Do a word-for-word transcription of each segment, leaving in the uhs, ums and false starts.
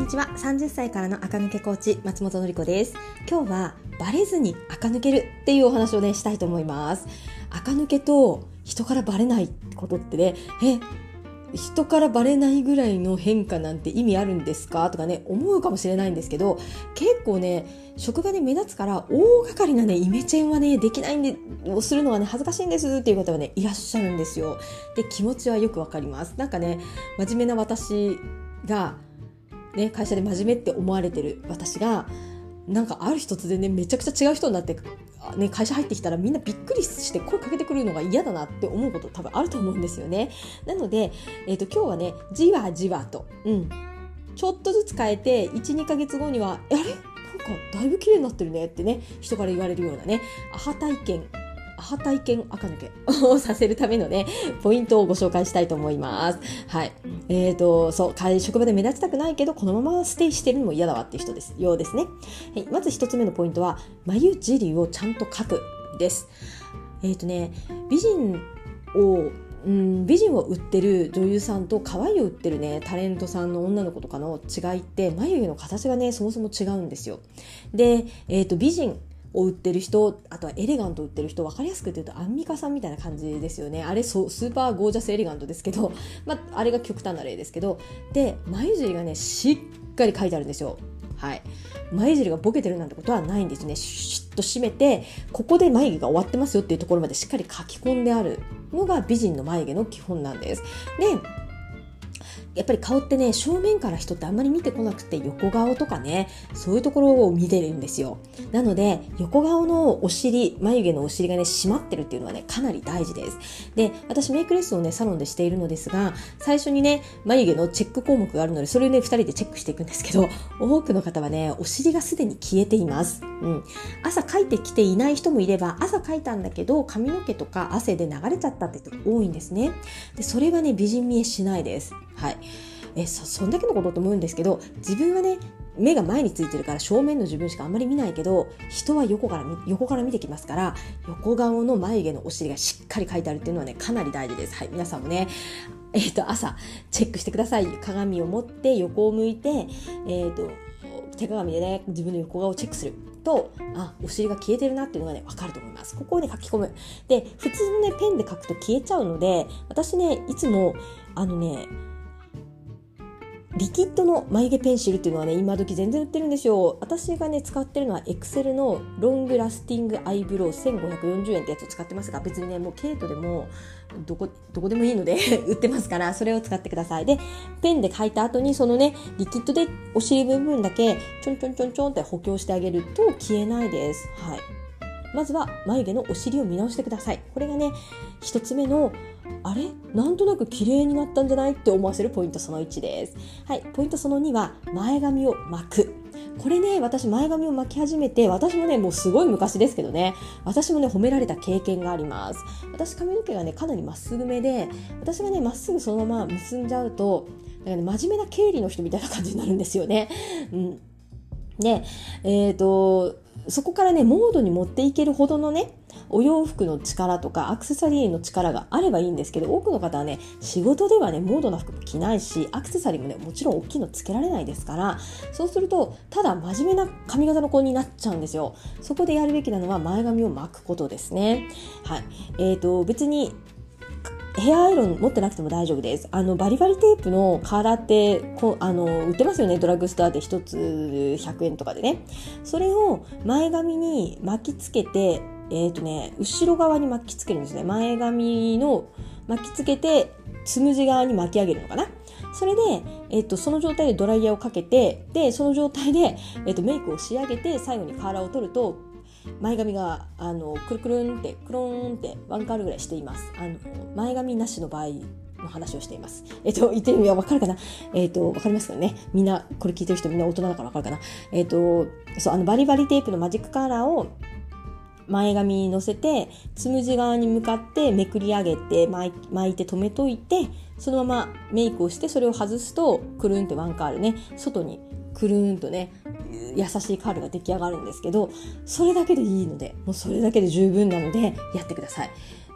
ちは。さんじゅっさいからの垢抜けコーチ松本の子です。今日はバレずに垢抜けるっていうお話をねしたいと思います。垢抜けと人からバレないことってね、え人からバレないぐらいの変化なんて意味あるんですかとかね思うかもしれないんですけど、結構ね職場で目立つから大掛かりなねイメチェンはねできないんでをするのがね恥ずかしいんですっていう方はねいらっしゃるんですよ。で、気持ちはよくわかります。なんかね真面目な私がね、会社で真面目って思われてる私がなんかある日突然ねめちゃくちゃ違う人になって、ね、会社入ってきたらみんなびっくりして声かけてくるのが嫌だなって思うこと多分あると思うんですよね。なので、えーと、今日はねじわじわと、うん、ちょっとずつ変えて いちにかげつごにはあれなんかだいぶ綺麗になってるねってね人から言われるようなねアハ体験アハ体験垢抜けをさせるためのねポイントをご紹介したいと思います。はい、えーとそう会職場で目立ちたくないけどこのままステイしてるのも嫌だわっていう人ですようですね。はい、まず一つ目のポイントは眉尻をちゃんと描くです。えーとね美人をうん、美人を売ってる女優さんと可愛いを売ってるねタレントさんの女の子とかの違いって眉毛の形がねそもそも違うんですよ。で、えーと美人を売ってる人、あとはエレガントを売ってる人、分かりやすく言うとアンミカさんみたいな感じですよね。あれそうスーパーゴージャスエレガントですけど、まあ、あれが極端な例ですけど、で眉尻がねしっかり書いてあるんですよ。はい、眉尻がボケてるなんてことはないんですね。シュッと締めてここで眉毛が終わってますよっていうところまでしっかり書き込んであるのが美人の眉毛の基本なんです。でやっぱり顔ってね正面から人ってあんまり見てこなくて横顔とかねそういうところを見てるんですよ。なので横顔のお尻眉毛のお尻がね締まってるっていうのはねかなり大事です。で私メイクレッスンをねサロンでしているのですが、最初にね眉毛のチェック項目があるのでそれをねふたりでチェックしていくんですけど、多くの方はねお尻がすでに消えています。うん、朝描いてきていない人もいれば朝描いたんだけど髪の毛とか汗で流れちゃったって人が多いんですね。でそれはね美人見えしないです。はい、え そ, そんだけのことと思うんですけど、自分はね目が前についてるから正面の自分しかあんまり見ないけど、人は横から横から見てきますから、横顔の眉毛のお尻がしっかり描いてあるっていうのはねかなり大事です。はい、皆さんもねえー、と朝チェックしてください。鏡を持って横を向いて、えー、と手鏡でね自分の横顔をチェックすると、あお尻が消えてるなっていうのがね分かると思います。ここをね書き込む。で普通のねペンで書くと消えちゃうので、私ねいつもあのねリキッドの眉毛ペンシルっていうのはね今時全然売ってるんですよ。私がね使ってるのはエクセルのロングラスティングアイブロウせんごひゃくよんじゅうえんってやつを使ってますが、別にねもうケイトでもどこどこでもいいので売ってますから、それを使ってください。でペンで書いた後にそのねリキッドでお尻部分だけちょんちょんちょんちょんって補強してあげると消えないです。はい、まずは眉毛のお尻を見直してください。これがね一つ目のあれなんとなく綺麗になったんじゃないって思わせるポイントそのいちです。はい、ポイントそのには前髪を巻く。これね私前髪を巻き始めて、私もねもうすごい昔ですけどね、私もね褒められた経験があります。私髪の毛がねかなりまっすぐめで、私がねまっすぐそのまま結んじゃうとなんか、ね、真面目な経理の人みたいな感じになるんですよね。うん、でえーとそこからねモードに持っていけるほどのねお洋服の力とかアクセサリーの力があればいいんですけど、多くの方はね仕事ではねモードな服も着ないし、アクセサリーもねもちろん大きいのつけられないですから、そうするとただ真面目な髪型の子になっちゃうんですよ。そこでやるべきなのは前髪を巻くことですね。はい、えーと別にヘアアイロン持ってなくても大丈夫です。あのバリバリテープのカーラーってこあの売ってますよね。ドラッグストアで一つひゃくえんとかでね。それを前髪に巻きつけて、えーとね、後ろ側に巻きつけるんですね。前髪の巻きつけてつむじ側に巻き上げるのかな。それで、えーと、その状態でドライヤーをかけて、でその状態で、えーと、メイクを仕上げて最後にカーラーを取ると前髪があのくるくるんってクローンってワンカールぐらいしています。あの前髪なしの場合の話をしています。えっと言ってる意味は分かるかな。えっと分かりますかね。みんなこれ聞いてる人みんな大人だから分かるかな。えっとそうあのバリバリテープのマジックカーラーを前髪に乗せてつむじ側に向かってめくり上げて巻いて留めといて、そのままメイクをしてそれを外すとくるんってワンカールね外にくるんとね優しいカールが出来上がるんですけど、それだけでいいのでもうそれだけで十分なのでやってください。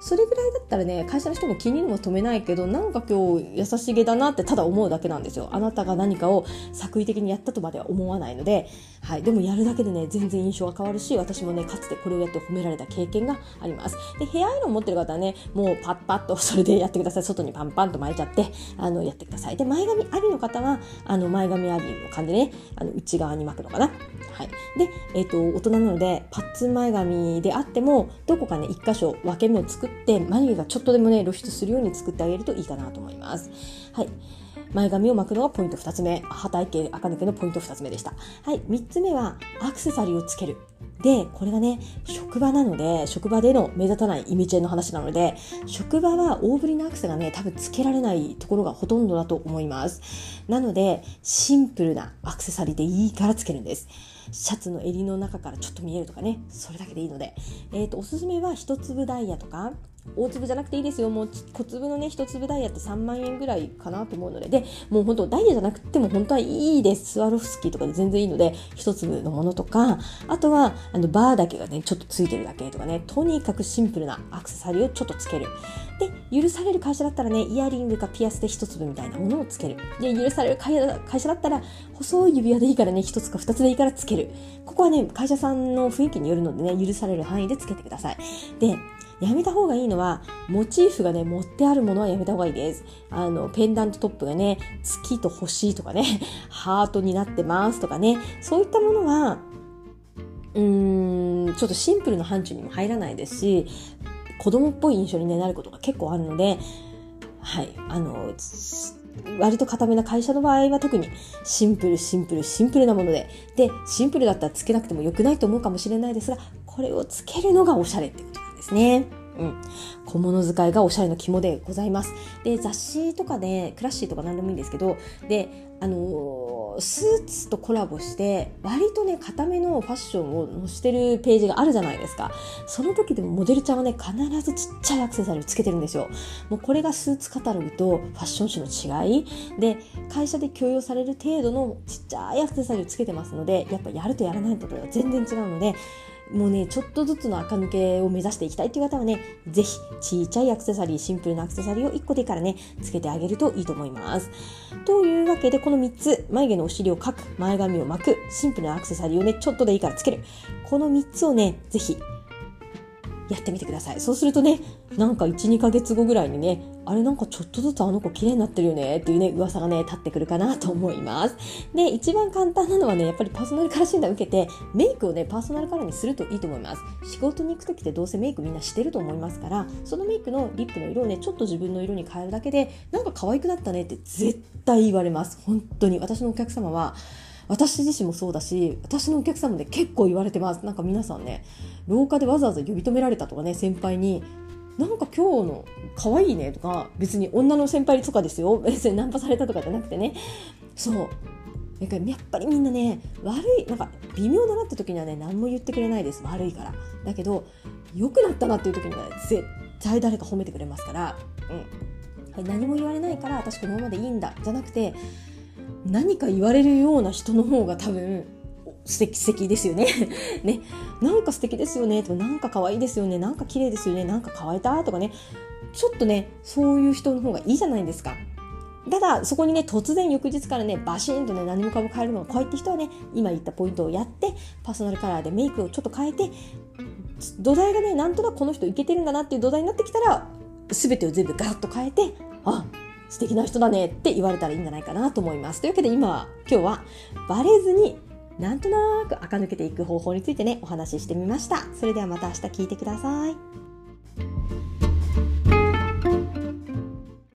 それぐらいだったらね、会社の人も気にも留めないけど、なんか今日優しげだなってただ思うだけなんですよ。あなたが何かを作為的にやったとまでは思わないので、はい、でもやるだけでね、全然印象が変わるし、私もね、かつてこれをやって褒められた経験があります。で、ヘアアイロン持ってる方はね、もうパッパッとそれでやってください。外にパンパンと巻いちゃって、あの、やってください。で、前髪ありの方は、あの、前髪ありの感じでね、あの、内側に巻くのかな。はい。で、えっと、大人なので、パッツン前髪であっても、どこかね、一箇所分け目を作って、眉毛がちょっとでもね、露出するように作ってあげるといいかなと思います。はい。前髪を巻くのがポイントふたつめ。旗いけ垢抜けのポイントふたつめでした。はい。みっつめは、アクセサリーをつける。で、これがね、職場なので、職場での目立たないイメチェンの話なので、職場は大ぶりなアクセがね、多分つけられないところがほとんどだと思います。なので、シンプルなアクセサリーでいいからつけるんです。シャツの襟の中からちょっと見えるとかね、それだけでいいので。えっと、おすすめは一粒ダイヤとか、大粒じゃなくていいですよ。もう小粒のね、一粒ダイヤってさんまんえんぐらいかなと思うので、で、もう本当ダイヤじゃなくても本当はいいです。スワロフスキーとかで全然いいので、一粒のものとか、あとは、あの、バーだけがね、ちょっとついてるだけとかね、とにかくシンプルなアクセサリーをちょっとつける。で、許される会社だったらね、イヤリングかピアスで一粒みたいなものをつける。で、許される会社だったら、細い指輪でいいからね、一つか二つでいいからつける。ここはね、会社さんの雰囲気によるのでね、許される範囲でつけてください。で、やめた方がいいのは、モチーフがね、持ってあるものはやめた方がいいです。あの、ペンダントトップがね、月と星とかね、ハートになってますとかね、そういったものは、うーん、ちょっとシンプルな範疇にも入らないですし、子供っぽい印象に、ね、なることが結構あるので、はい、あの、割と固めな会社の場合は特にシンプルシンプルシンプルなもので、で、シンプルだったらつけなくても良くないと思うかもしれないですが、これをつけるのがおしゃれってことなんですね。うん、小物使いがおしゃれの肝でございます。で、雑誌とかで、クラッシーとか何でもいいんですけど、で、あのー、スーツとコラボして割とね、固めのファッションを載せてるページがあるじゃないですか。その時でもモデルちゃんはね、必ずちっちゃいアクセサリーをつけてるんですよ。もうこれがスーツカタログとファッション誌の違いで、会社で許容される程度のちっちゃいアクセサリーをつけてますので、やっぱやるとやらないとでは全然違うので、もうね、ちょっとずつの垢抜けを目指していきたいという方はね、ぜひちっちゃいアクセサリー、シンプルなアクセサリーをいっこでいいからね、つけてあげるといいと思います。というわけで、このみっつ、眉毛のお尻を描く、前髪を巻く、シンプルなアクセサリーをね、ちょっとでいいからつける、このみっつをね、ぜひやってみてください。そうするとね、なんかいち、にかげつごぐらいにね、あれなんかちょっとずつあの子綺麗になってるよねっていうね、噂がね、立ってくるかなと思います。で、一番簡単なのはね、やっぱりパーソナルカラー診断を受けて、メイクをね、パーソナルカラーにするといいと思います。仕事に行くときってどうせメイクみんなしてると思いますから、そのメイクのリップの色をね、ちょっと自分の色に変えるだけで、なんか可愛くなったねって絶対言われます。本当に。私のお客様は、私自身もそうだし、私のお客様で結構言われてます。なんか皆さんね、廊下でわざわざ呼び止められたとかね、先輩に、なんか今日の可愛いねとか、別に女の先輩とかですよ。別にナンパされたとかじゃなくてね。そう。やっぱりみんなね、悪い、なんか微妙だなって時にはね、何も言ってくれないです。悪いから。だけど、良くなったなっていう時には絶対誰か褒めてくれますから、うん。何も言われないから、私このままでいいんだ。じゃなくて、何か言われるような人の方が多分素敵素敵ですよね。ね、なんか素敵ですよねとか、なんか可愛いですよね、なんか綺麗ですよね、なんか乾いたとかね、ちょっとね、そういう人の方がいいじゃないですか。ただそこにね、突然翌日からね、バシーンとね、何もかも変えるのが怖いって人はね、今言ったポイントをやって、パーソナルカラーでメイクをちょっと変えて、土台がね、なんとなくこの人イケてるんだなっていう土台になってきたら、全てを全部ガラッと変えて、あ、素敵な人だねって言われたらいいんじゃないかなと思います。というわけで今、今日はバレずになんとなく垢抜けていく方法についてね、お話ししてみました。それではまた明日聞いてください。